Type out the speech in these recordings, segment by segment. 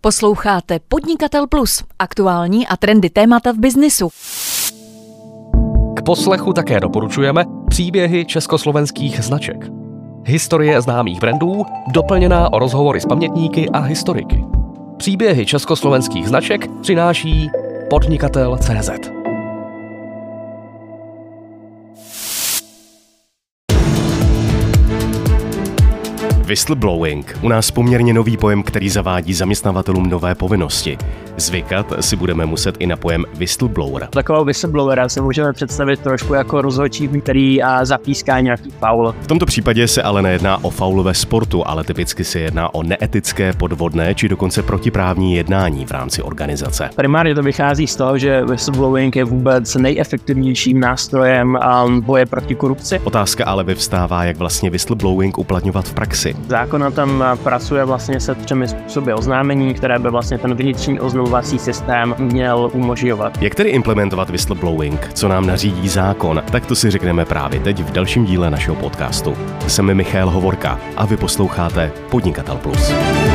Posloucháte Podnikatel Plus, aktuální a trendy témata v biznisu. K poslechu také doporučujeme příběhy československých značek. Historie známých brandů, doplněná o rozhovory s pamětníky a historiky. Příběhy československých značek přináší Podnikatel.cz. Whistleblowing, u nás poměrně nový pojem, který zavádí zaměstnavatelům nové povinnosti. Zvykat si budeme muset i na pojem whistleblower. Takového whistleblowera si můžeme představit trošku jako rozhodčí, který zapíská nějaký faul. V tomto případě se ale nejedná o faul ve sportu, ale typicky se jedná o neetické, podvodné či dokonce protiprávní jednání v rámci organizace. Primárně to vychází z toho, že whistleblowing je vůbec nejefektivnějším nástrojem boje proti korupci. Otázka ale vyvstává, jak vlastně whistleblowing uplatňovat v praxi. Zákon tam pracuje vlastně se 3 způsoby oznámení, které by vlastně ten vnitřní oznamovací systém měl umožňovat. Jak tedy implementovat whistleblowing? Co nám nařídí zákon? Tak to si řekneme právě teď v dalším díle našeho podcastu. Jsem Michal Hovorka a vy posloucháte Podnikatel Plus.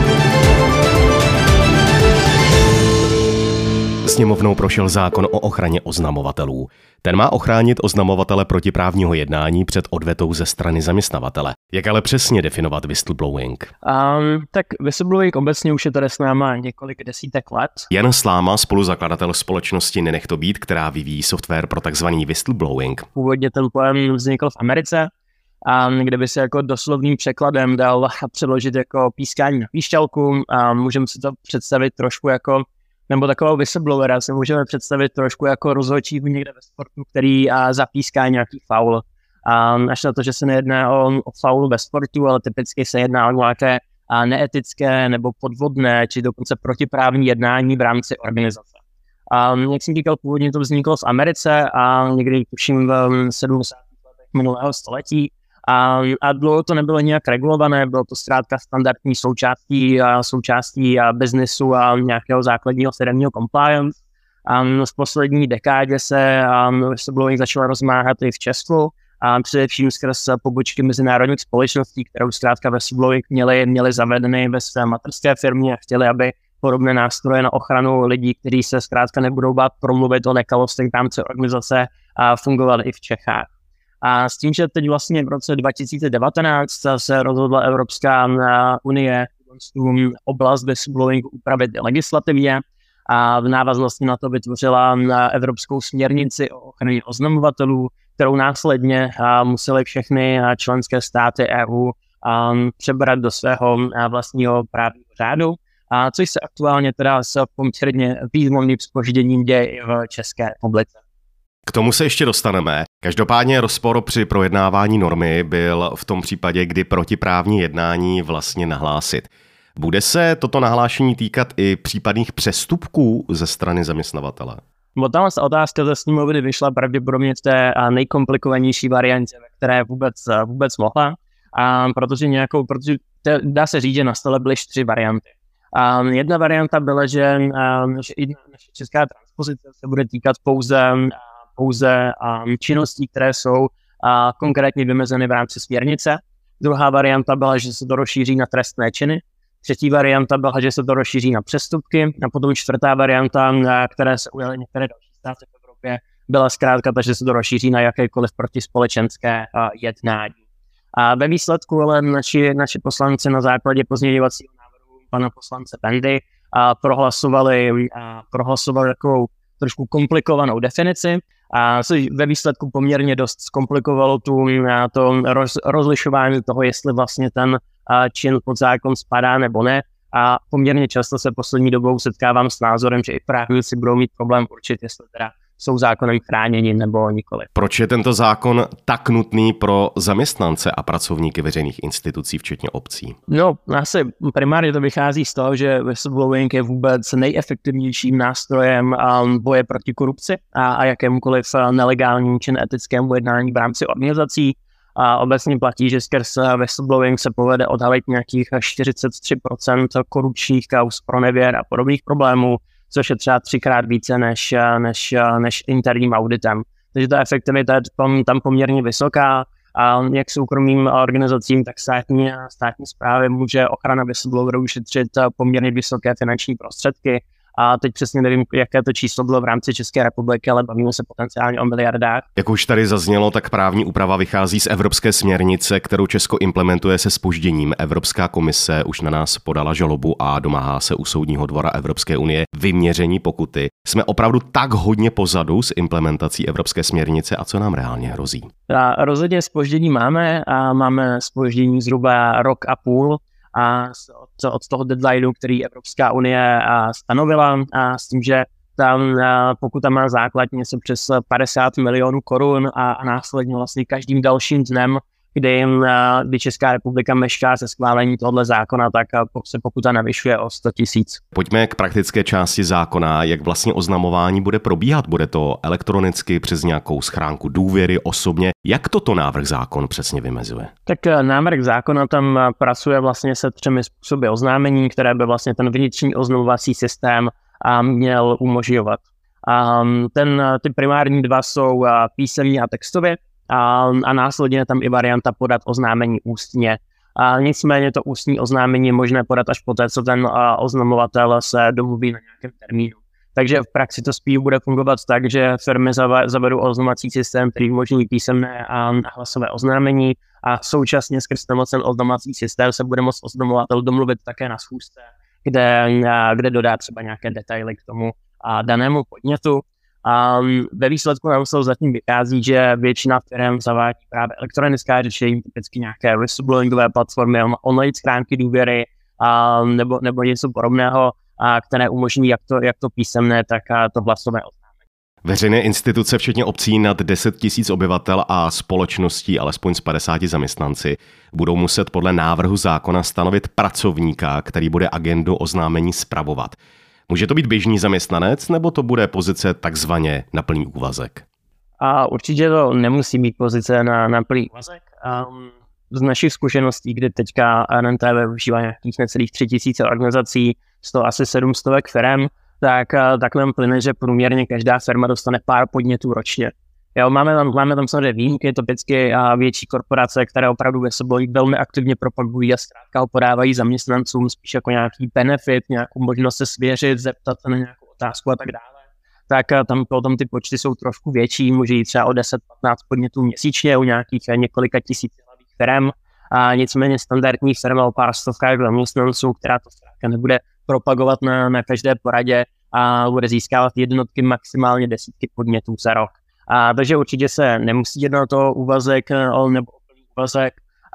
Sněmovnou prošel zákon o ochraně oznamovatelů. Ten má ochránit oznamovatele protiprávního jednání před odvetou ze strany zaměstnavatele. Jak ale přesně definovat whistleblowing? Tak whistleblowing obecně už je tady s náma několik desítek let. Jan Sláma, spoluzakladatel společnosti Nenech to být, která vyvíjí software pro takzvaný whistleblowing. Původně ten pojem vznikl v Americe, kde by se jako doslovným překladem dal přeložit jako pískání na píšťalku. Můžeme si to představit trošku jako nebo takového whistleblowera si můžeme představit trošku jako rozhodčího někde ve sportu, který zapíská nějaký faul. Až na to, že se nejedná o faul ve sportu, ale typicky se jedná o nějaké neetické nebo podvodné, či dokonce protiprávní jednání v rámci organizace. Jak jsem říkal, původně to vzniklo v Americe a někdy tuším v 70. letech minulého století. A dlouho to nebylo nějak regulované, bylo to zkrátka standardní součástí biznesu a nějakého základního firemního compliance. V poslední dekádě se whistleblowing začala rozmáhat i v Česku, a především skrz pobočky mezinárodních společností, kterou zkrátka whistleblowing měli zavedeny ve své materské firmě a chtěli, aby podobné nástroje na ochranu lidí, kteří se zkrátka nebudou bát promluvit o nekalostech v rámci organizace, fungovaly i v Čechách. A s tím, že teď vlastně v roce 2019 se rozhodla Evropská unie oblast whistleblowingu upravit legislativně a v návaznosti na to vytvořila Evropskou směrnici o ochraně oznamovatelů, kterou následně musely všechny členské státy EU přebrat do svého vlastního právního řádu, což se aktuálně teda s poměrně významným zpožděním děje i v České republice. K tomu se ještě dostaneme. Každopádně rozpor při projednávání normy byl v tom případě, kdy protiprávní jednání vlastně nahlásit. Bude se toto nahlášení týkat i případných přestupků ze strany zaměstnavatele? Tahle otázka ze sněmovny vyšla pravděpodobně v té nejkomplikovanější variantě, ve které vůbec mohla, protože dá se říct, že na stole byly 4 varianty. Jedna varianta byla, že i naše česká transpozice se bude týkat pouze činností, které jsou konkrétně vymezeny v rámci směrnice. Druhá varianta byla, že se to rozšíří na trestné činy. Třetí varianta byla, že se to rozšíří na přestupky. A potom čtvrtá varianta, které se ujaly některé další státy v Evropě, byla zkrátka ta, že se to rozšíří na jakékoliv protispolečenské jednání. A ve výsledku ale naši poslanci na základě pozměňovacího návrhu pana poslance Bendy prohlasovali takovou trošku komplikovanou definici, co ve výsledku poměrně dost zkomplikovalo to rozlišování toho, jestli vlastně ten čin pod zákon spadá nebo ne. A poměrně často se poslední dobou setkávám s názorem, že i právníci budou mít problém určit, jestli teda jsou zákonem chráněni nebo nikoli. Proč je tento zákon tak nutný pro zaměstnance a pracovníky veřejných institucí, včetně obcí? Asi primárně to vychází z toho, že whistleblowing je vůbec nejefektivnějším nástrojem boje proti korupci a jakémukoliv nelegálním či neetickému jednání v rámci organizací. A obecně platí, že skrz whistleblowing se povede odhalit nějakých 43% korupčních kauz, pronevěr a podobných problémů, což je třeba 3x více než interním auditem. Takže ta efektivita je tam poměrně vysoká jak soukromým organizacím, tak státní správě může ochrana whistleblowerů ušetřit poměrně vysoké finanční prostředky. A teď přesně nevím, jaké to číslo bylo v rámci České republiky, ale bavíme se potenciálně o miliardách. Jak už tady zaznělo, tak právní úprava vychází z evropské směrnice, kterou Česko implementuje se zpožděním. Evropská komise už na nás podala žalobu a domáhá se u Soudního dvora Evropské unie vyměření pokuty. Jsme opravdu tak hodně pozadu s implementací evropské směrnice a co nám reálně hrozí? Rozhodně zpoždění máme a máme zpoždění zhruba rok a půl. A od toho deadlineu, který Evropská unie stanovila, a s tím, že tam pokuta má základ něco přes 50 milionů korun a následně vlastně každým dalším dnem, kdy Česká republika mešká se schválení tohoto zákona, tak se pokuta navyšuje o 100 000. Pojďme k praktické části zákona, jak vlastně oznamování bude probíhat. Bude to elektronicky přes nějakou schránku důvěry osobně? Jak toto návrh zákon přesně vymezuje? Tak návrh zákona tam pracuje vlastně se 3 způsoby oznámení, které by vlastně ten vnitřní oznamovací systém měl umožňovat. Ty primární 2 jsou písemní a textově. A následně je tam i varianta podat oznámení ústně. Nicméně to ústní oznámení je možné podat až poté, co ten oznamovatel se domluví na nějakém termínu. Takže v praxi to spíš bude fungovat tak, že firmy zavedou oznamovací systém, který umožní písemné a hlasové oznámení a současně skrz ten oznamovací systém se bude moct oznamovatel domluvit také na schůzce, kde dodá třeba nějaké detaily k tomu danému podnětu. A ve výsledku nám se zatím vychází, že většina firm zavádí právě elektronická řešení, typicky nějaké whistleblowingové platformy, online schránky důvěry nebo něco podobného, které umožní jak to písemné, tak to hlasové oznámení. Veřejné instituce, včetně obcí nad 10 000 obyvatel a společností alespoň s 50 zaměstnanci, budou muset podle návrhu zákona stanovit pracovníka, který bude agendu oznámení spravovat. Může to být běžný zaměstnanec, nebo to bude pozice takzvaně na plný úvazek? Určitě to nemusí být pozice na plný úvazek. Z našich zkušeností, kdy teďka RNTV využívá nějakých necelých 3000 organizací, z toho asi 700 firem, tak nám plyne, že průměrně každá firma dostane pár podnětů ročně. Jo, máme tam samozřejmě výjimky, typicky větší korporace, které opravdu whistleblowing velmi aktivně propagují a zkrátka ho podávají zaměstnancům spíš jako nějaký benefit, nějakou možnost se svěřit, zeptat se na nějakou otázku a tak dále. Tak tam potom ty počty jsou trošku větší, může jít třeba o 10-15 podnětů měsíčně u nějakých několika tisíc hlavních firm. A nicméně standardní firma o pár stovkách zaměstnanců, která to zkrátka nebude propagovat na každé poradě a bude získávat jednotky, maximálně desítky podnětů za rok. Takže určitě se nemusí jednat o to úvazek nebo plný úvazek.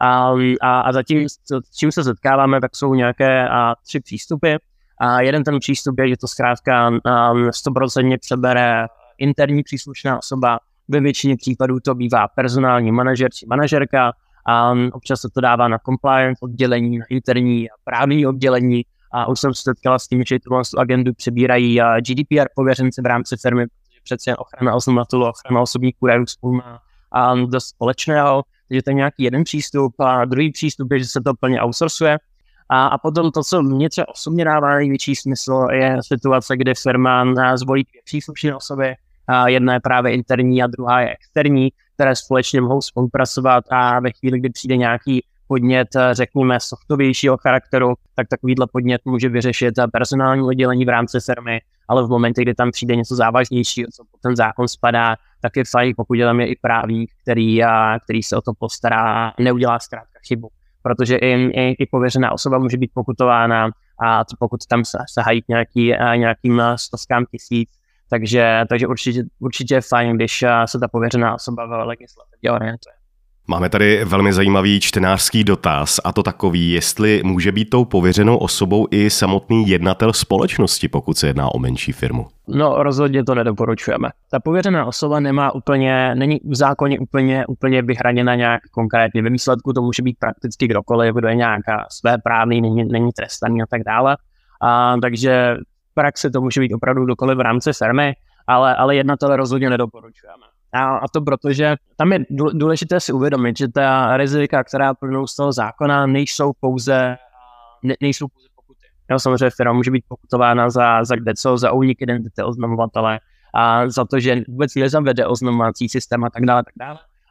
A zatím, s čím se setkáváme, tak jsou nějaké 3 přístupy. Jeden ten přístup je, že to zkrátka 100% přebere interní příslušná osoba. Ve většině případů to bývá personální manažer či manažerka. Občas se to dává na compliance oddělení, na interní a právní oddělení. A už jsem se setkala s tím, že tu agendu přebírají GDPR pověřenci v rámci firmy, přece jen ochrana oznamovatelů, ochrana osobních údajů spolu má dost společného, takže to je nějaký jeden přístup. A druhý přístup je, že se to plně outsourcuje. A potom to, co mě třeba osobně dává největší smysl, je situace, kde firma zvolí 2 příslušné osoby. Jedna je právě interní a druhá je externí, které společně mohou spolupracovat a ve chvíli, kdy přijde nějaký podnět, řekněme, softovějšího charakteru, tak takovýhle podnět může vyřešit personální oddělení v rámci firmy, ale v momentě, kdy tam přijde něco závažnějšího, co pod ten zákon spadá, tak je fajn, pokud tam je i právník, který se o to postará a neudělá zkrátka chybu. Protože i pověřená osoba může být pokutována a pokud tam sahají k nějakým stovkám tisíc, takže určitě je fajn, když se ta pověřená osoba v legislativě orientuje. Máme tady velmi zajímavý čtenářský dotaz, a to takový, jestli může být tou pověřenou osobou i samotný jednatel společnosti, pokud se jedná o menší firmu. No, rozhodně to nedoporučujeme. Ta pověřená osoba není v zákoně úplně vyhraněna nějak konkrétně. Ve výsledku to může být prakticky kdokoliv, kdo je nějaká svéprávný, není trestaný a tak dále. Takže v praxi to může být opravdu kdokoliv v rámci firmy, ale jednatele rozhodně nedoporučujeme. A to proto, že tam je důležité si uvědomit, že ta rizika, která plynou z toho zákona, nejsou pouze pokuty. Jo, samozřejmě firma může být pokutována za kdeco, za únik identity oznamovatele a za to, že vůbec nezavede oznamovací systém a tak dále.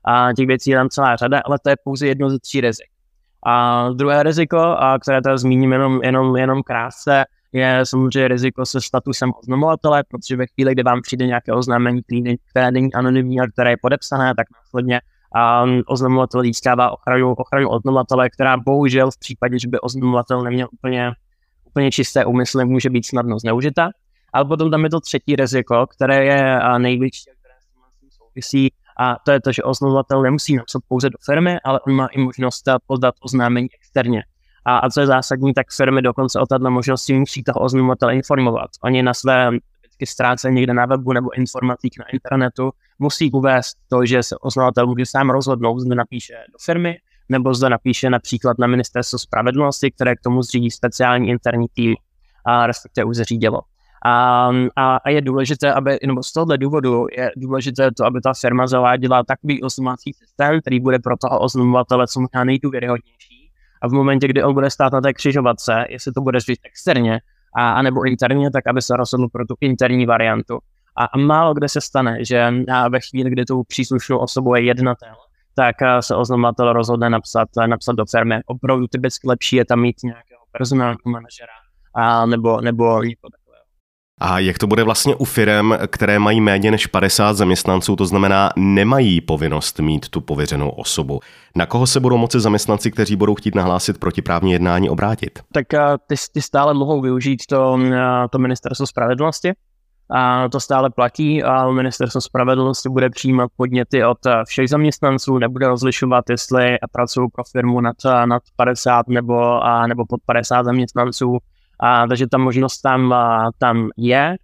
a těch věcí je tam celá řada, ale to je pouze jedno ze 3 rizik. A druhé riziko, které teda zmíním jenom krátce, je samozřejmě riziko se statusem oznamovatele, protože ve chvíli, kdy vám přijde nějaké oznámení, které není anonymní a které je podepsané, tak následně oznamovatel získává ochranu oznamovatele, která bohužel v případě, že by oznamovatel neměl úplně čisté úmysly, může být snadno zneužita. Ale potom tam je to třetí riziko, které je největší, které s tím souvisí, a to je to, že oznamovatel nemusí napsat pouze do firmy, ale on má i možnost podat oznámení externě. A co je zásadní, tak firmy dokonce o této možnosti musí toho oznamovatele informovat. Oni na své stránce někde na webu nebo informacích na internetu musí uvést to, že se oznamovatel může sám rozhodnout, zda napíše do firmy, nebo zda napíše například na Ministerstvo spravedlnosti, které k tomu zřídí speciální interní tým, respektive už zřídilo. A je důležité, nebo z tohoto důvodu je důležité to, aby ta firma zaváděla takový oznamovací systém, který bude pro toho oznamovatele co možná nejdůvěryhodnější. A v momentě, kdy on bude stát na té křižovatce, jestli to bude říct externě, a nebo interně, tak aby se rozhodl pro tu interní variantu. A málo kde se stane, že ve chvíli, kdy tu příslušnou osobou je jednatel, tak se oznamovatel rozhodne napsat do firmy. Opravdu typicky lepší je tam mít nějakého personálního manažera nebo někoho takového. A jak to bude vlastně u firem, které mají méně než 50 zaměstnanců, to znamená nemají povinnost mít tu pověřenou osobu? Na koho se budou moci zaměstnanci, kteří budou chtít nahlásit protiprávní jednání, obrátit? Tak ty stále mohou využít to Ministerstvo spravedlnosti. A to stále platí a Ministerstvo spravedlnosti bude přijímat podněty od všech zaměstnanců, nebude rozlišovat, jestli pracují pro firmu nad 50 nebo pod 50 zaměstnanců. Takže ta možnost tam je.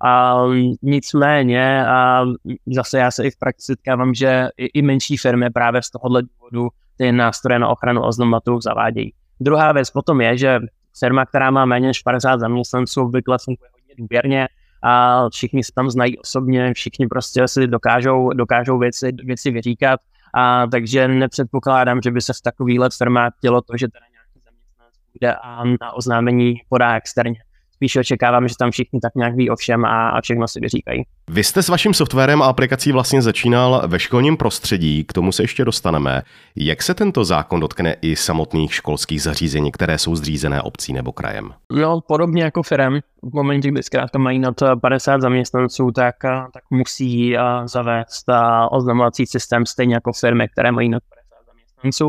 Nicméně zase já se i v praxi setkávám, že i menší firmy právě z tohohle důvodu ty nástroje na ochranu oznamovatelů zavádějí. Druhá věc potom je, že firma, která má méně než 50 zaměstnanců, obvykle funguje hodně důvěrně a všichni se tam znají osobně, všichni prostě si dokážou věci vyříkat, takže nepředpokládám, že by se v takovýhle firmách dělo to, že teda nějaký zaměstnanec bude a oznámení podá externě. Spíš očekávám, že tam všichni tak nějak ví o všem a všechno si vyříkají. Vy jste s vaším softwarem a aplikací vlastně začínal ve školním prostředí, k tomu se ještě dostaneme. Jak se tento zákon dotkne i samotných školských zařízení, které jsou zřízené obcí nebo krajem? No, podobně jako firem. V momentě, kdy zkrátka mají nad 50 zaměstnanců, tak musí zavést oznamovací systém stejně jako firmy, které mají nad 50 zaměstnanců.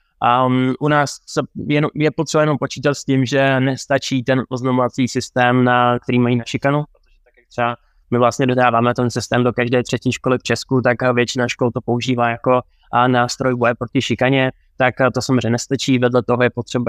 U nás je potřeba jenom počítat s tím, že nestačí ten oznamovací systém, který mají na šikanu, protože tak jak třeba my vlastně dodáváme ten systém do každé třetí školy v Česku, tak většina škol to používá jako nástroj boje proti šikaně, tak to samozřejmě nestačí. Vedle toho je potřeba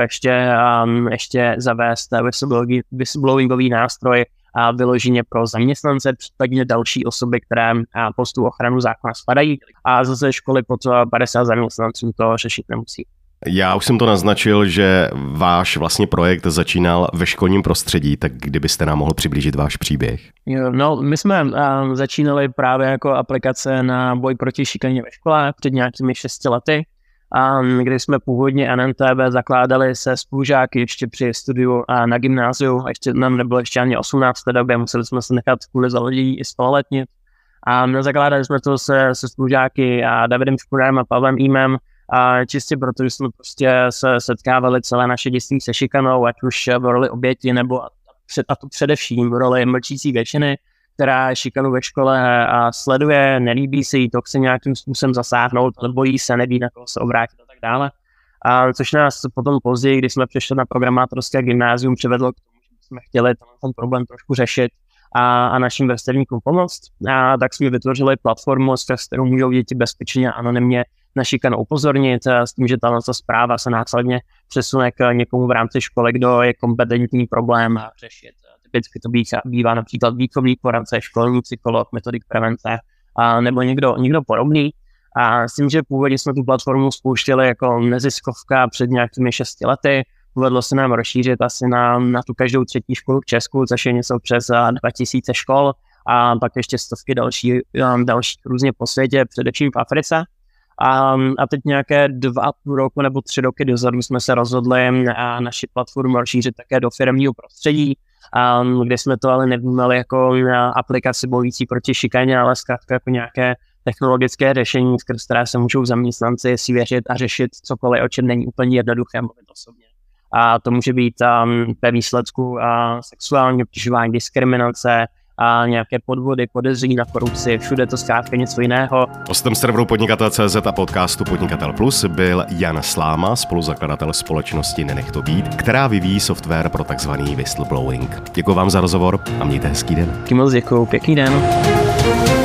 ještě zavést whistleblowingový nástroj a vyloženě pro zaměstnance, případně další osoby, které pod tu ochranu zákona spadají. A zase školy pod 50 zaměstnanců to řešit nemusí. Já už jsem to naznačil, že váš vlastně projekt začínal ve školním prostředí, tak kdybyste nám mohl přiblížit váš příběh? No, my jsme začínali právě jako aplikace na boj proti šikaně ve škole před nějakými 6 lety, kdy jsme původně NNTB zakládali se spolužáky ještě při studiu na gymnáziu, a ještě nám nebylo ještě ani 18 v té době, museli jsme se nechat kvůli založení i zplnoletnit. A zakládali jsme to se spolužáky Davidem Špudárem a Pavlem Ímem, čistě protože jsme prostě se setkávali celé naše dětství se šikanou, ať už v roli oběti nebo a to především v roli mlčící většiny, která šikanu ve škole sleduje, nelíbí se jí, to chce nějakým způsobem zasáhnout, ale bojí se, neví, na koho se obrátit a tak dále. Což nás potom později, když jsme přišli na programátorské gymnázium, přivedlo k tomu, že jsme chtěli ten problém trošku řešit a našim vrstevníkům pomoct. Tak jsme vytvořili platformu, s kterou můžou děti bezpečně a anonymně na šikanu upozornit, s tím, že tato zpráva se následně přesune k někomu v rámci školy, kdo je kompetentní problém řešit. Typicky to bývá například výchovný poradce, školní psycholog, metodik prevence nebo někdo podobný. A s tím, že původně jsme tu platformu spouštěli jako neziskovka před nějakými 6 lety, povedlo se nám rozšířit asi na tu každou třetí školu v Česku, což je něco přes 2000 škol a pak ještě stovky další různě po světě, především v Africe. A teď nějaké 2,5 roku nebo 3 roky dozadu jsme se rozhodli naši platformu rozšířit také do firemního prostředí, kde jsme to ale nevnímali jako aplikaci bojující proti šikaně, ale zkrátka jako nějaké technologické řešení, skrz které se můžou zaměstnanci svěřit a řešit cokoliv, o čem není úplně jednoduché mluvit osobně. A to může být ve výsledku sexuální obtěžování, diskriminace, a nějaké podvody, podezření na korupci, všude to zkrátka něco jiného. Hostem serveru Podnikatel.cz a podcastu Podnikatel Plus byl Jan Sláma, spoluzakladatel společnosti Nenech to být, která vyvíjí software pro takzvaný whistleblowing. Děkuji vám za rozhovor a mějte hezký den. Moc děkuju, pěkný den.